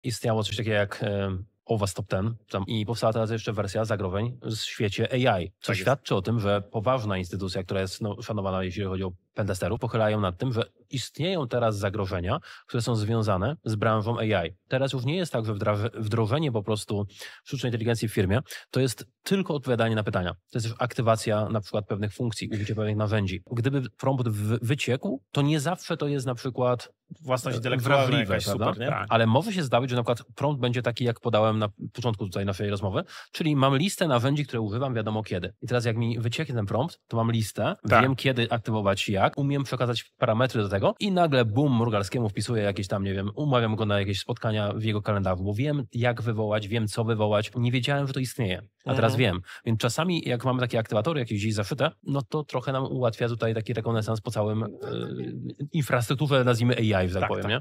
istniało coś takiego jak OWASP Top 10 i powstała teraz jeszcze wersja zagrożeń w świecie AI, co świadczy o tym, że poważna instytucja, która jest szanowana, jeśli chodzi o pentesterów, pochylają nad tym, że istnieją teraz zagrożenia, które są związane z branżą AI. Teraz już nie jest tak, że wdrożenie po prostu sztucznej inteligencji w firmie to jest tylko odpowiadanie na pytania. To jest już aktywacja na przykład pewnych funkcji, użycie pewnych narzędzi. Gdyby prompt wyciekł, to nie zawsze to jest na przykład własność intelektualna wrażliwe, super, nie? Tak. Ale może się zdarzyć, że na przykład prompt będzie taki, jak podałem na początku tutaj naszej rozmowy, czyli mam listę narzędzi, które używam wiadomo kiedy. I teraz jak mi wycieknie ten prompt, to mam listę, wiem kiedy aktywować jak, umiem przekazać parametry do tego i nagle bum, Mrugalskiemu wpisuję jakieś tam, nie wiem, umawiam go na jakieś spotkania w jego kalendarzu, bo wiem jak wywołać, wiem co wywołać. Nie wiedziałem, że to istnieje, a teraz wiem. Więc czasami jak mamy takie aktywatory jakieś gdzieś zaszyte, no to trochę nam ułatwia tutaj taki rekonesans po całym infrastrukturze, nazwijmy AI, że tak powiem, nie?